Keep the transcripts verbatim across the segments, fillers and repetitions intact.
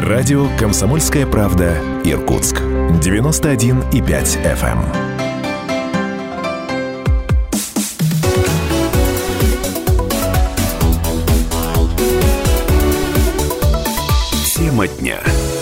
Радио «Комсомольская правда», Иркутск. девяносто один и пять эф эм. Тема дня.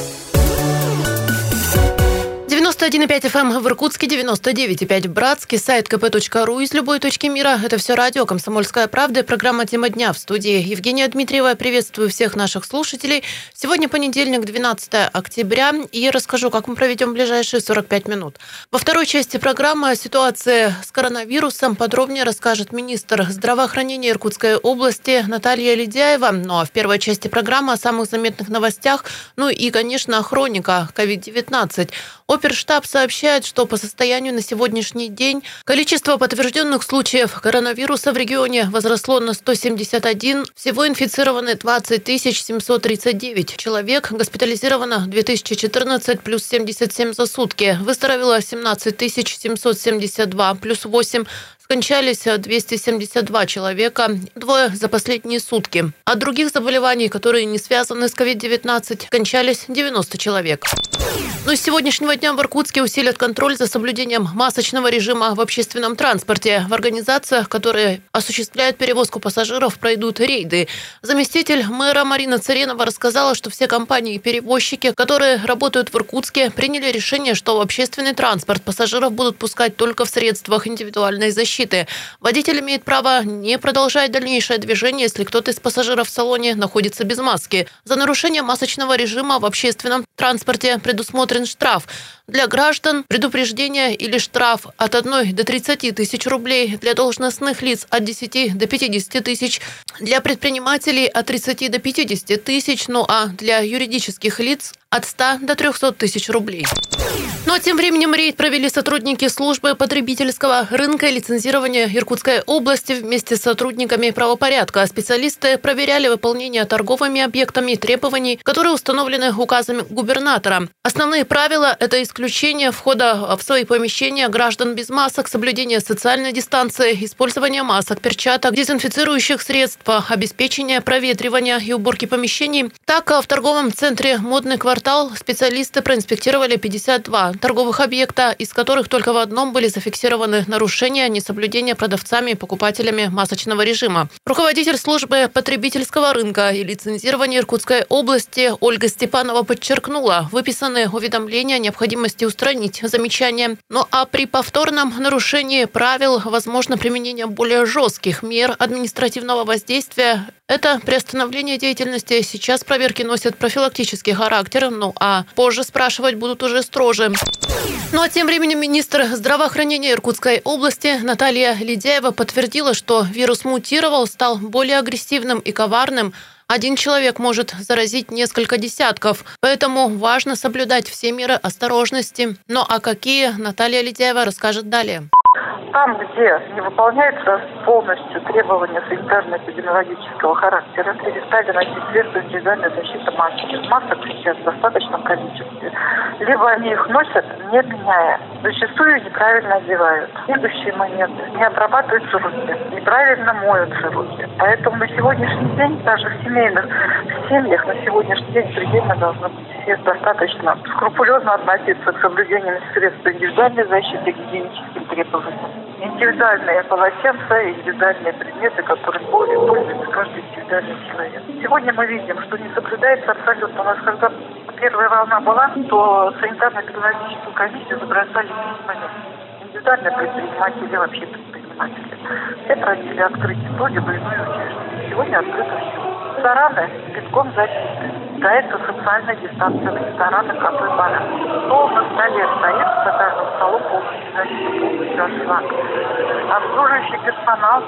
девяносто один и пять эф эм в Иркутске, девяносто девять и пять в Братске, сайт ка пэ точка ру из любой точки мира. Это все радио «Комсомольская правда», программа «Тема дня». В студии Евгения Дмитриева. Приветствую всех наших слушателей. Сегодня понедельник, двенадцатое октября, и расскажу, как мы проведем ближайшие сорок пять минут. Во второй части программы о ситуации с коронавирусом подробнее расскажет министр здравоохранения Иркутской области Наталья Ледяева. Ну а в первой части программы о самых заметных новостях, ну и, конечно, хроника ковид девятнадцать. Оперштаб сообщает, что по состоянию на сегодняшний день количество подтвержденных случаев коронавируса в регионе возросло на сто семьдесят один. Всего инфицированы двадцать тысяч семьсот тридцать девять человек. Госпитализировано две тысячи четырнадцать, плюс семьдесят семь за сутки. Выздоровело семнадцать тысяч семьсот семьдесят два, плюс восемь. Скончались двести семьдесят два человека, двое за последние сутки. От других заболеваний, которые не связаны с ковид девятнадцать, скончались девяносто человек. Но с сегодняшнего дня в Иркутске усилят контроль за соблюдением масочного режима в общественном транспорте. В организациях, которые осуществляют перевозку пассажиров, пройдут рейды. Заместитель мэра Марина Царенова рассказала, что все компании и перевозчики, которые работают в Иркутске, приняли решение, что в общественный транспорт пассажиров будут пускать только в средствах индивидуальной защиты. Водитель имеет право не продолжать дальнейшее движение, если кто-то из пассажиров в салоне находится без маски. За нарушение масочного режима в общественном транспорте предусмотрен штраф. Для граждан предупреждение или штраф от одной до тридцати тысяч рублей, для должностных лиц от десяти до пятидесяти тысяч, для предпринимателей от тридцати до пятидесяти тысяч, ну а для юридических лиц от ста до трехсот тысяч рублей. Ну а тем временем рейд провели сотрудники службы потребительского рынка и лицензирования Иркутской области вместе с сотрудниками правопорядка. Специалисты проверяли выполнение торговыми объектами требований, которые установлены указами губернатора. Основные правила – это исключение входа в свои помещения граждан без масок, соблюдение социальной дистанции, использование масок, перчаток, дезинфицирующих средств, обеспечение проветривания и уборки помещений. Так, в торговом центре «Модный квартал» специалисты проинспектировали пятьдесят два торговых объекта, из которых только в одном были зафиксированы нарушения несоблюдения продавцами и покупателями масочного режима. Руководитель службы потребительского рынка и лицензирования Иркутской области Ольга Степанова подчеркнула, выписанные уведомления о необходимости устранить замечания. Ну а при повторном нарушении правил возможно применение более жестких мер административного воздействия. Это приостановление деятельности. Сейчас проверки носят профилактический характер, ну а позже спрашивать будут уже строже. Ну а тем временем министр здравоохранения Иркутской области Наталья Ледяева подтвердила, что вирус мутировал, стал более агрессивным и коварным. Один человек может заразить несколько десятков, поэтому важно соблюдать все меры осторожности. Ну а какие, Наталья Ледяева расскажет далее. Там, где не выполняются полностью требования санитарно-эпидемиологического характера, перестали носить средства индивидуальной защиты маски. Масок сейчас в достаточном количестве. Либо они их носят, не меняя. Зачастую неправильно одевают. Следующий момент. Не обрабатываются руки. Неправильно моются руки. Поэтому на сегодняшний день, даже в семейных в семьях, на сегодняшний день предельно должны быть все достаточно скрупулезно относиться к соблюдению средств индивидуальной защиты, к гигиеническим требованиям. Индивидуальные полотенца, индивидуальные предметы, которые пользуется каждый индивидуальный человек. Сегодня мы видим, что не соблюдается абсолютно. У нас когда первая волна была, то санитарно-эпидемиологическую комиссию забросали письмами. Индивидуальные предприниматели, вообще предприниматели. Все просили открыть то либо иное учреждение. Сегодня открыто все. Рестораны битком забиты. Считается социальная дистанция в ресторанах, кафе, барах. Стол на столе стоит, за каждым столом полностью забит, полностью ошлак. Обслуживающий персонал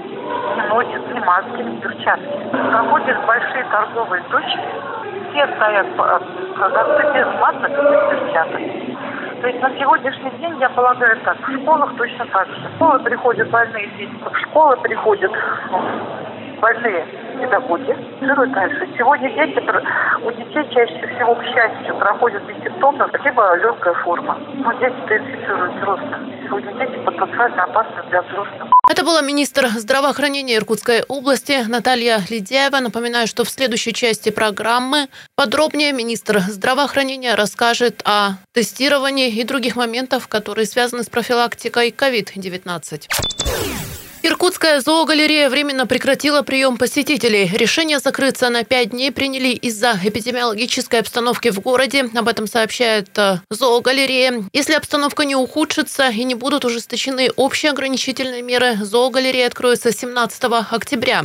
не носит ни маски, ни перчатки. Проходят большие торговые точки, все стоят продавцы без масок и без перчаток. То есть на сегодняшний день, я полагаю, так, в школах точно так же. В школы приходят больные дети, в школы приходят больные педагоги. Жируют дальше. Сегодня дети, у детей чаще всего, к счастью, проходят бессимптомно, либо легкая форма. Но дети-то инфицируют взрослых. Сегодня дети потенциально опасны для взрослых. Это была министр здравоохранения Иркутской области Наталья Ледяева. Напоминаю, что в следующей части программы подробнее министр здравоохранения расскажет о тестировании и других моментах, которые связаны с профилактикой ковид девятнадцать. Иркутская зоогалерея временно прекратила прием посетителей. Решение закрыться на пять дней приняли из-за эпидемиологической обстановки в городе. Об этом сообщает зоогалерея. Если обстановка не ухудшится и не будут ужесточены общие ограничительные меры, зоогалерея откроется семнадцатого октября.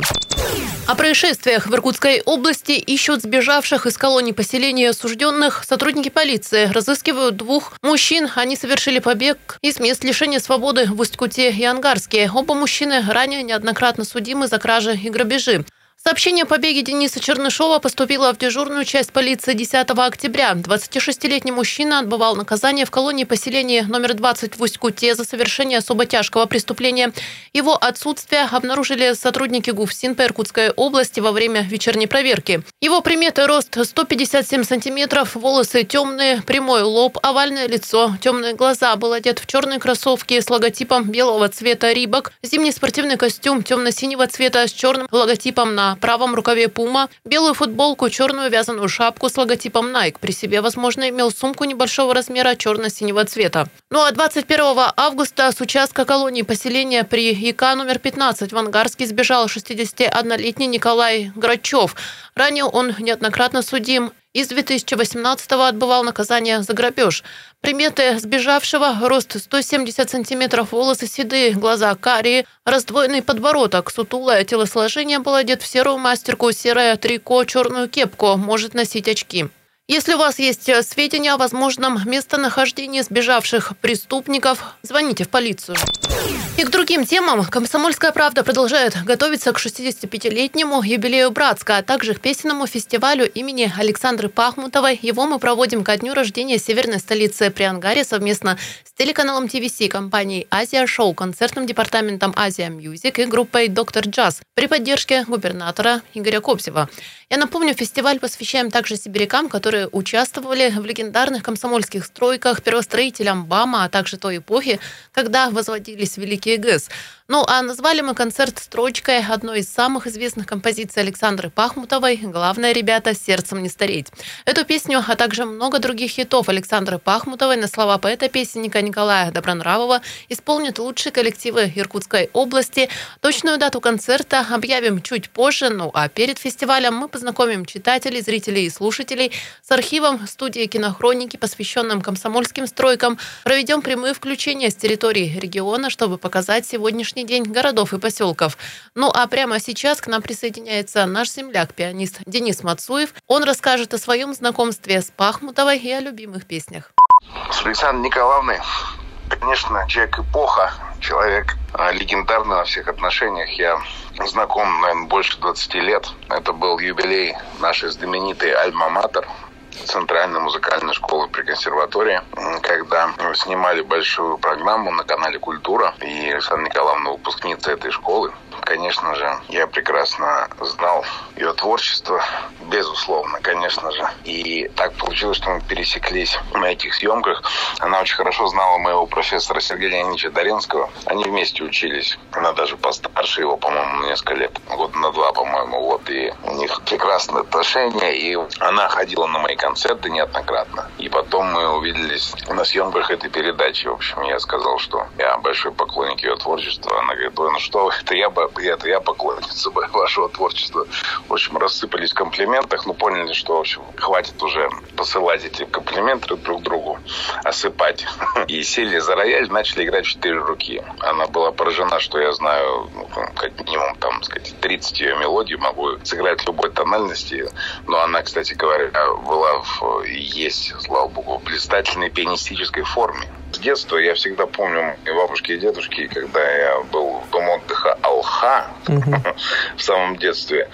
О происшествиях в Иркутской области ищут сбежавших из колоний поселения осужденных. Сотрудники полиции разыскивают двух мужчин. Они совершили побег из мест лишения свободы в Усть-Куте и Ангарске. Оба мужчины ранее неоднократно судимы за кражи и грабежи. Сообщение о побеге Дениса Чернышова поступило в дежурную часть полиции десятого октября. двадцатишестилетний мужчина отбывал наказание в колонии поселения номер двадцать в Усть-Куте за совершение особо тяжкого преступления. Его отсутствие обнаружили сотрудники ГУФСИН по Иркутской области во время вечерней проверки. Его приметы: рост сто пятьдесят семь сантиметров, волосы темные, прямой лоб, овальное лицо, темные глаза. Был одет в черные кроссовки с логотипом белого цвета Рибок, зимний спортивный костюм темно-синего цвета с черным логотипом на правом рукаве Пума, белую футболку, черную вязаную шапку с логотипом Nike. При себе, возможно, имел сумку небольшого размера черно-синего цвета. Ну а двадцать первого августа с участка колонии поселения при ИК номер пятнадцать в Ангарске сбежал шестидесятиоднолетний Николай Грачев. Ранее он неоднократно судим. И с две тысячи восемнадцатого отбывал наказание за грабеж. Приметы сбежавшего: рост сто семьдесят сантиметров, волосы седые, глаза карие, раздвоенный подбородок, сутулое телосложение, был одет в серую мастерку, серое трико, черную кепку, может носить очки. Если у вас есть сведения о возможном местонахождении сбежавших преступников, звоните в полицию. И к другим темам. «Комсомольская правда» продолжает готовиться к шестидесятипятилетнему юбилею Братска, а также к песенному фестивалю имени Александры Пахмутовой. Его мы проводим ко дню рождения северной столицы при Ангаре совместно с телеканалом ти ви си, компанией «Азия Шоу», концертным департаментом «Азия Мьюзик» и группой «Доктор Джаз» при поддержке губернатора Игоря Кобзева. Я напомню, фестиваль посвящаем также сибирякам, которые участвовали в легендарных комсомольских стройках, первостроителям БАМа, а также той эпохи, когда возводились великие ГЭС. Ну а назвали мы концерт строчкой одной из самых известных композиций Александры Пахмутовой «Главное, ребята, сердцем не стареть». Эту песню, а также много других хитов Александры Пахмутовой на слова поэта-песенника Николая Добронравова исполнят лучшие коллективы Иркутской области. Точную дату концерта объявим чуть позже. Ну а перед фестивалем мы познакомим читателей, зрителей и слушателей с архивом студии «Кинохроники», посвященным комсомольским стройкам. Проведем прямые включения с территории региона, чтобы показать сегодняшний день городов и поселков. Ну а прямо сейчас к нам присоединяется наш земляк, пианист Денис Мацуев. Он расскажет о своем знакомстве с Пахмутовой и о любимых песнях. С Александрой Николаевной, конечно, человек эпоха, человек легендарный во всех отношениях. Я знаком, наверное, больше двадцати лет. Это был юбилей нашей знаменитой «Альма-Матер», Центральной музыкальной школы при консерватории, когда мы снимали большую программу на канале «Культура», и Александра Николаевна выпускница этой школы. Конечно же, я прекрасно знал ее творчество, безусловно, конечно же. И так получилось, что мы пересеклись на этих съемках. Она очень хорошо знала моего профессора Сергея Леонидовича Доренского. Они вместе учились. Она даже постарше его, по-моему, на несколько лет. Год на два, по-моему. Вот. И у них прекрасные отношения. И она ходила на мои концерты неоднократно. И потом мы увиделись на съемках этой передачи. В общем, я сказал, что я большой поклонник ее творчества. Она говорит: ой, ну что, это я бы Это я поклонница вашего творчества. В общем, рассыпались в комплиментах, но поняли, что, в общем, хватит уже посылать эти комплименты друг другу, осыпать. И сели за рояль, начали играть в четыре руки. Она была поражена, что я знаю, ну, как минимум, там, сказать, тридцать ее мелодий, могу сыграть в любой тональности. Но она, кстати говоря, была в, и есть, слава богу, в блистательной пианистической форме. С детства я всегда помню и бабушки, и дедушки, когда я был в доме отдыха «Алха» uh-huh. в самом детстве.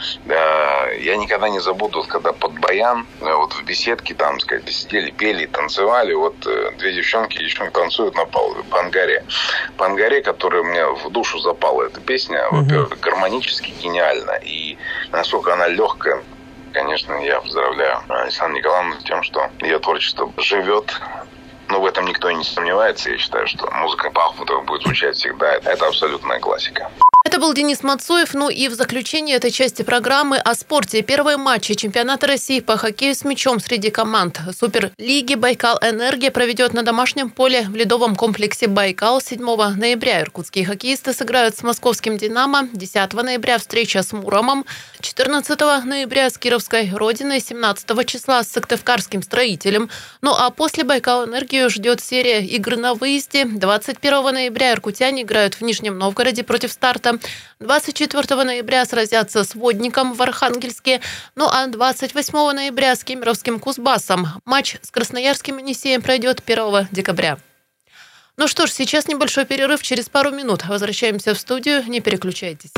Я никогда не забуду, когда под баян, вот в беседке там, сказать, сидели, пели, танцевали. Вот две девчонки, девчонки танцуют на палубе по Ангаре. По Ангаре, которая мне в душу запала эта песня, uh-huh. во-первых, гармонически гениальна. И насколько она легкая. Конечно, я поздравляю Александру Николаевну с тем, что ее творчество живет Но в этом никто и не сомневается. Я считаю, что музыка Бахмутова будет звучать всегда. Это абсолютная классика. Это был Денис Мацуев. Ну и в заключение этой части программы о спорте. Первые матчи чемпионата России по хоккею с мячом среди команд Суперлиги «Байкал-Энергия» проведет на домашнем поле в ледовом комплексе «Байкал» седьмого ноября. Иркутские хоккеисты сыграют с московским «Динамо», десятого ноября встреча с «Муромом», четырнадцатого ноября с Кировской «Родиной», семнадцатого числа с Сыктывкарским «Строителем». Ну а после «Байкал-Энергию» ждет серия игр на выезде. двадцать первого ноября иркутяне играют в Нижнем Новгороде против «Старта». двадцать четвёртого ноября сразятся с «Водником» в Архангельске. Ну а двадцать восьмого ноября с кемеровским «Кузбассом». Матч с красноярским «Енисеем» пройдет первого декабря. Ну что ж, сейчас небольшой перерыв. Через пару минут возвращаемся в студию. Не переключайтесь.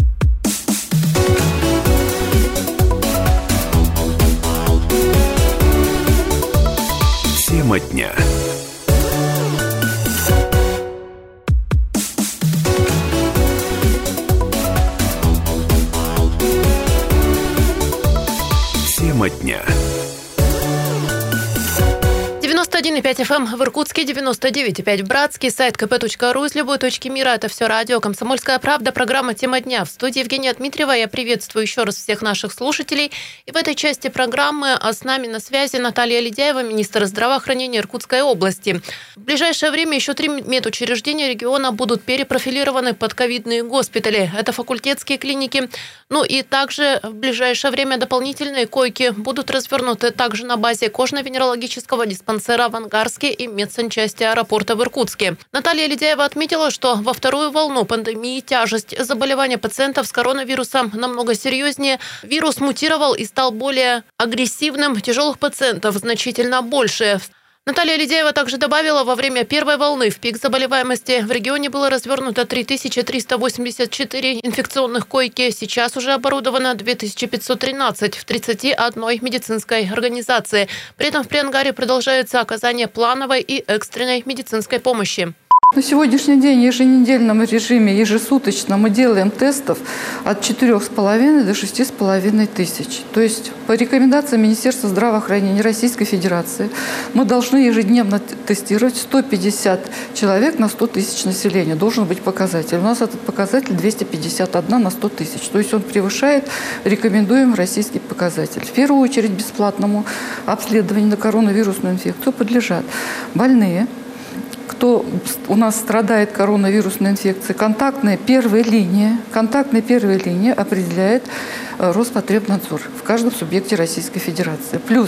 Тема дня. Тема дня. девяносто один и пять эф эм в Иркутске, девяносто девять и пять в Братске, сайт ка пэ точка ру из любой точки мира. Это все радио «Комсомольская правда», программа «Тема дня». В студии Евгения Дмитриева. Я приветствую еще раз всех наших слушателей. И в этой части программы с нами на связи Наталья Ледяева, министр здравоохранения Иркутской области. В ближайшее время еще три медучреждения региона будут перепрофилированы под ковидные госпитали. Это факультетские клиники. Ну и также в ближайшее время дополнительные койки будут развернуты также на базе кожно-венерологического диспансера в Ангарске и медсанчасти аэропорта в Иркутске. Наталья Ледяева отметила, что во вторую волну пандемии тяжесть заболевания пациентов с коронавирусом намного серьезнее. Вирус мутировал и стал более агрессивным. Тяжелых пациентов значительно больше. Наталья Ледяева также добавила, во время первой волны в пик заболеваемости в регионе было развернуто три тысячи триста восемьдесят четыре инфекционных койки. Сейчас уже оборудовано две тысячи пятьсот тринадцать в тридцати одной медицинской организации. При этом в Приангаре продолжается оказание плановой и экстренной медицинской помощи. На сегодняшний день в еженедельном режиме, ежесуточно мы делаем тестов от четырёх с половиной до шести с половиной тысяч. То есть по рекомендациям Министерства здравоохранения Российской Федерации мы должны ежедневно тестировать сто пятьдесят человек на сто тысяч населения. Должен быть показатель. У нас этот показатель двести пятьдесят один на сто тысяч. То есть он превышает рекомендуемый российский показатель. В первую очередь бесплатному обследованию на коронавирусную инфекцию подлежат больные, кто у нас страдает коронавирусной инфекцией. Контактная первая линия, контактная первая линия определяет Роспотребнадзор в каждом субъекте Российской Федерации. Плюс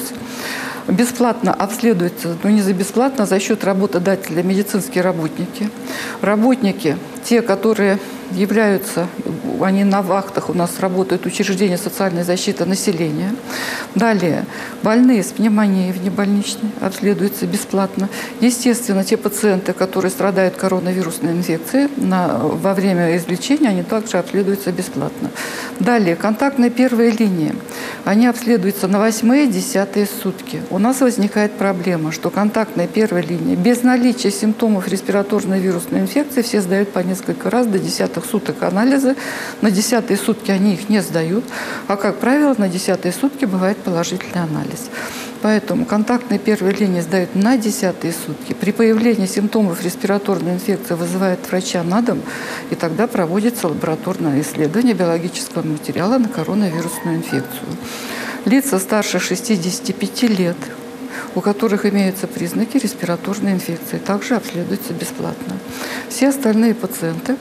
бесплатно обследуются, но не за бесплатно, а за счет работодателя медицинские работники. Работники, те, которые являются, они на вахтах у нас работают, учреждения социальной защиты населения. Далее, больные с пневмонией внебольничной обследуются бесплатно. Естественно, те пациенты, которые страдают коронавирусной инфекцией, на, во время излечения, они также обследуются бесплатно. Далее, контактная первая линия. Они обследуются на восьмые-десятые сутки. У нас возникает проблема, что контактная первая линия без наличия симптомов респираторной вирусной инфекции все сдают по несколько раз до десятых суток анализы. На десятые сутки они их не сдают, а, как правило, на десятые сутки бывает положительный анализ. Поэтому контактные первые линии сдают на десятые сутки. При появлении симптомов респираторной инфекции вызывает врача на дом, и тогда проводится лабораторное исследование биологического материала на коронавирусную инфекцию. Лица старше шестидесяти пяти лет, у которых имеются признаки респираторной инфекции, также обследуются бесплатно. Все остальные пациенты,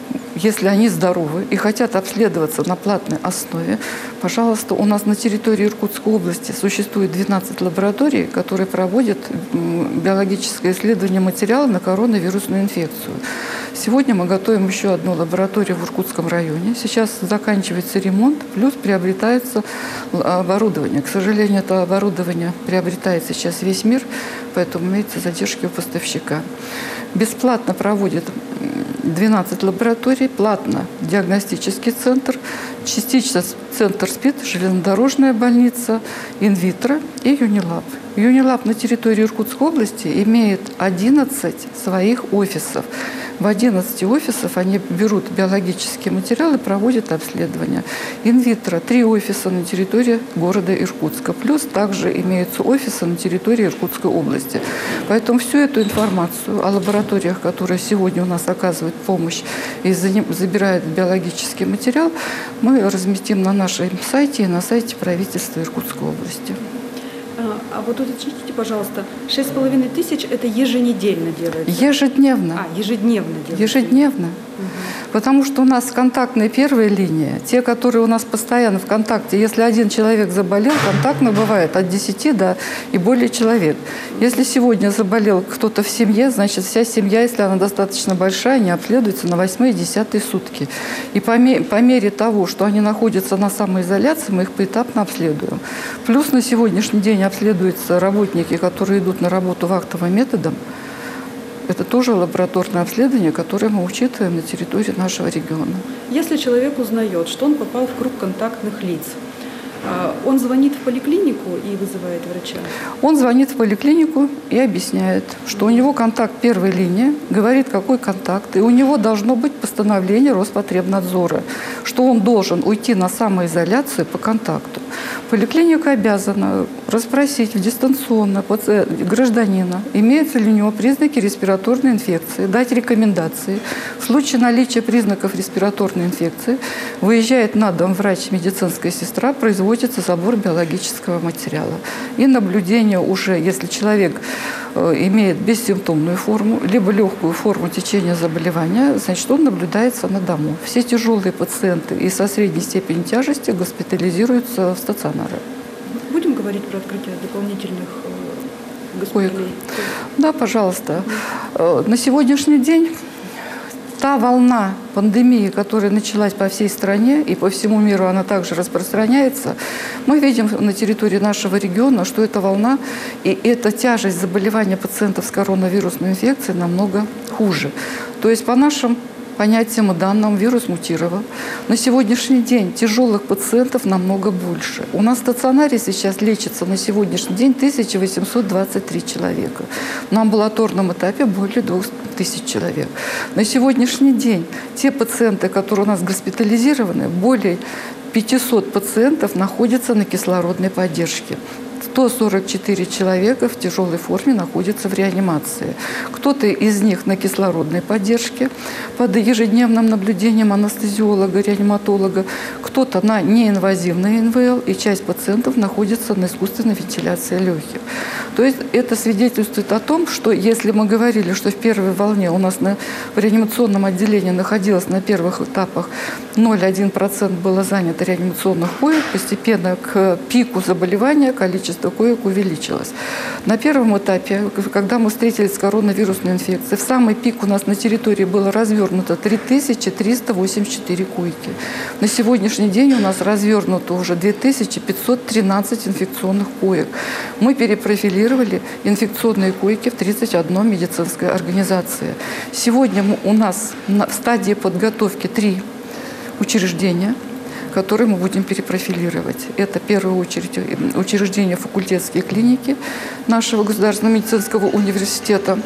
если они здоровы и хотят обследоваться на платной основе, пожалуйста, у нас на территории Иркутской области существует двенадцать лабораторий, которые проводят биологическое исследование материала на коронавирусную инфекцию. Сегодня мы готовим еще одну лабораторию в Иркутском районе. Сейчас заканчивается ремонт, плюс приобретается оборудование. К сожалению, это оборудование приобретает сейчас весь мир, поэтому имеются задержки у поставщика. Бесплатно проводит двенадцать лабораторий, платно диагностический центр, частично центр СПИД, железнодорожная больница, инвитро и Юнилаб. Юнилаб на территории Иркутской области имеет одиннадцать своих офисов, В одиннадцати офисах они берут биологические материалы, проводят обследование. Инвитро три офиса на территории города Иркутска. Плюс также имеются офисы на территории Иркутской области. Поэтому всю эту информацию о лабораториях, которые сегодня у нас оказывают помощь и забирают биологический материал, мы разместим на нашем сайте и на сайте правительства Иркутской области. А вот уточните, пожалуйста, шесть с половиной тысяч – это еженедельно делается? Ежедневно. А, ежедневно делается? Ежедневно. Угу. Потому что у нас контактная первая линия, те, которые у нас постоянно в контакте, если один человек заболел, контактно бывает от десяти до и более человек. Если сегодня заболел кто-то в семье, значит, вся семья, если она достаточно большая, не обследуется на восьмые и десятые сутки. И по, ме по мере того, что они находятся на самоизоляции, мы их поэтапно обследуем. Плюс на сегодняшний день обследуются работники, которые идут на работу вахтовым методом. Это тоже лабораторное обследование, которое мы учитываем на территории нашего региона. Если человек узнает, что он попал в круг контактных лиц, он звонит в поликлинику и вызывает врача? Он звонит в поликлинику и объясняет, что у него контакт первой линии, говорит, какой контакт, и у него должно быть постановление Роспотребнадзора, что он должен уйти на самоизоляцию по контакту. Поликлиника обязана расспросить дистанционно гражданина, имеются ли у него признаки респираторной инфекции, дать рекомендации. В случае наличия признаков респираторной инфекции выезжает на дом врач, медицинская сестра, производится забор биологического материала. И наблюдение уже, если человек э, имеет бессимптомную форму, либо легкую форму течения заболевания, значит, он наблюдается на дому. Все тяжелые пациенты и со средней степенью тяжести госпитализируются в стационары. Будем говорить про открытие дополнительных э, госпиталей? Да, пожалуйста. Э, на сегодняшний день та волна пандемии, которая началась по всей стране и по всему миру, она также распространяется. Мы видим на территории нашего региона, что эта волна и эта тяжесть заболевания пациентов с коронавирусной инфекцией намного хуже. То есть по нашим понятиям и данным вирус мутировал. На сегодняшний день тяжелых пациентов намного больше. У нас в стационаре сейчас лечится на сегодняшний день тысяча восемьсот двадцать три человека. На амбулаторном этапе более двух тысяч человек. На сегодняшний день те пациенты, которые у нас госпитализированы, более пятисот пациентов находятся на кислородной поддержке. сто сорок четыре человека в тяжелой форме находятся в реанимации. Кто-то из них на кислородной поддержке под ежедневным наблюдением анестезиолога, реаниматолога, кто-то на неинвазивной эн вэ эл, и часть пациентов находится на искусственной вентиляции легких. То есть это свидетельствует о том, что если мы говорили, что в первой волне у нас на, в реанимационном отделении находилось на первых этапах ноль целых одна десятая процента было занято реанимационных коек, постепенно к пику заболевания количество коек увеличилось. На первом этапе, когда мы встретились с коронавирусной инфекцией, в самый пик у нас на территории было развернуто три тысячи триста восемьдесят четыре койки. На сегодняшний день у нас развернуто уже две тысячи пятьсот тринадцать инфекционных коек. Мы перепрофилировали инфекционные койки в тридцать одной медицинской организации. Сегодня у нас в стадии подготовки три учреждения, которые мы будем перепрофилировать. Это в первую очередь учреждения факультетские клиники нашего государственного медицинского университета.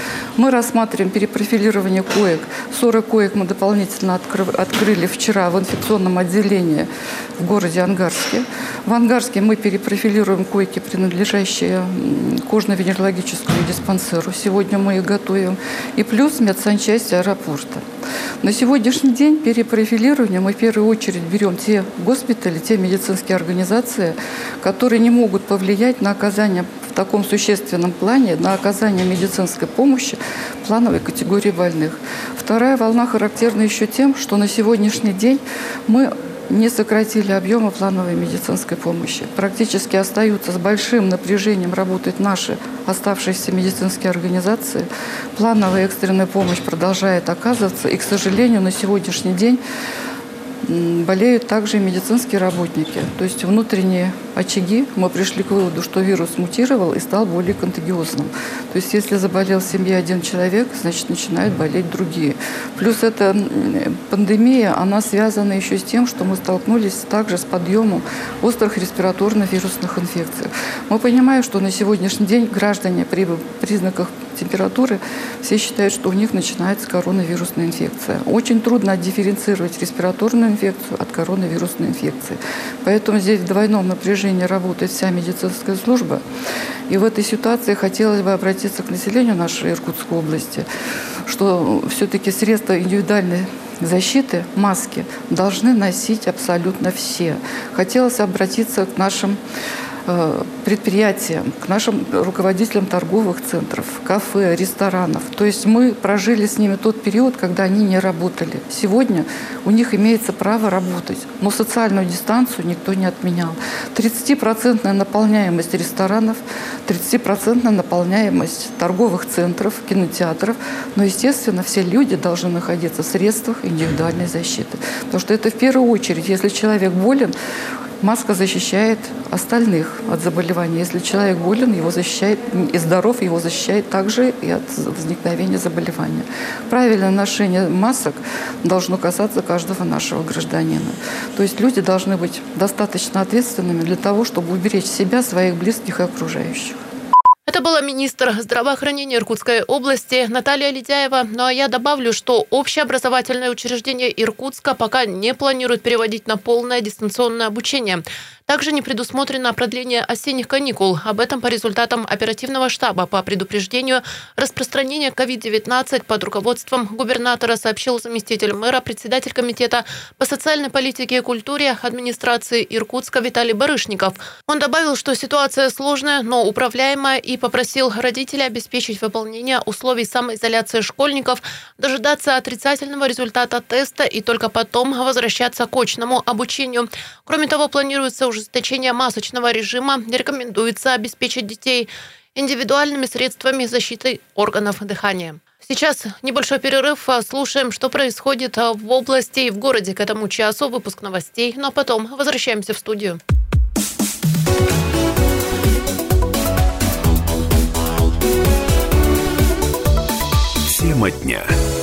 Мы рассматриваем перепрофилирование коек. сорок коек мы дополнительно открыли вчера в инфекционном отделении в городе Ангарске. В Ангарске мы перепрофилируем койки, принадлежащие кожно-венерологическому диспансеру. Сегодня мы их готовим. И плюс медсанчасть аэропорта. На сегодняшний день перепрофилирование мы в первую очередь берем те госпитали, те медицинские организации, которые не могут повлиять на оказание в таком существенном плане, на оказание медицинской помощи плановой категории больных. Вторая волна характерна еще тем, что на сегодняшний день мы не сократили объемы плановой медицинской помощи. Практически остаются с большим напряжением работать наши оставшиеся медицинские организации. Плановая экстренная помощь продолжает оказываться. И, к сожалению, на сегодняшний день болеют также и медицинские работники. То есть внутренние очаги, мы пришли к выводу, что вирус мутировал и стал более контагиозным. То есть если заболел в семье один человек, значит начинают болеть другие. Плюс эта пандемия, она связана еще с тем, что мы столкнулись также с подъемом острых респираторно-вирусных инфекций. Мы понимаем, что на сегодняшний день граждане при признаках температуры, все считают, что у них начинается коронавирусная инфекция. Очень трудно отдифференцировать респираторную инфекцию от коронавирусной инфекции. Поэтому здесь в двойном напряжении работает вся медицинская служба. И в этой ситуации хотелось бы обратиться к населению нашей Иркутской области, что все-таки средства индивидуальной защиты, маски, должны носить абсолютно все. Хотелось обратиться к нашим э, предприятиям, к нашим руководителям торговых центров, кафе, ресторанов. То есть мы прожили с ними тот период, когда они не работали. Сегодня у них имеется право работать, но социальную дистанцию никто не отменял. тридцатипроцентная наполняемость ресторанов, тридцатипроцентная наполняемость торговых центров, кинотеатров. Но, естественно, все люди должны находиться в средствах индивидуальной защиты. Потому что это в первую очередь, если человек болен, маска защищает остальных от заболевания. Если человек болен, его защищает, и здоров, его защищает также и от возникновения заболевания. Правильное ношение масок должно касаться каждого нашего гражданина. То есть люди должны быть достаточно ответственными для того, чтобы уберечь себя, своих близких и окружающих. Это была министр здравоохранения Иркутской области Наталья Ледяева. Ну а я добавлю, что общеобразовательное учреждение Иркутска пока не планирует переводить на полное дистанционное обучение. Также не предусмотрено продление осенних каникул. Об этом по результатам оперативного штаба по предупреждению распространения ковид девятнадцать под руководством губернатора сообщил заместитель мэра, председатель комитета по социальной политике и культуре администрации Иркутска Виталий Барышников. Он добавил, что ситуация сложная, но управляемая, и попросил родителей обеспечить выполнение условий самоизоляции школьников, дожидаться отрицательного результата теста и только потом возвращаться к очному обучению. Кроме того, планируется ужесточение масочного режима. Рекомендуется обеспечить детей индивидуальными средствами защиты органов дыхания. Сейчас небольшой перерыв. Слушаем, что происходит в области и в городе к этому часу. Выпуск новостей. Ну а потом возвращаемся в студию. Тема дня.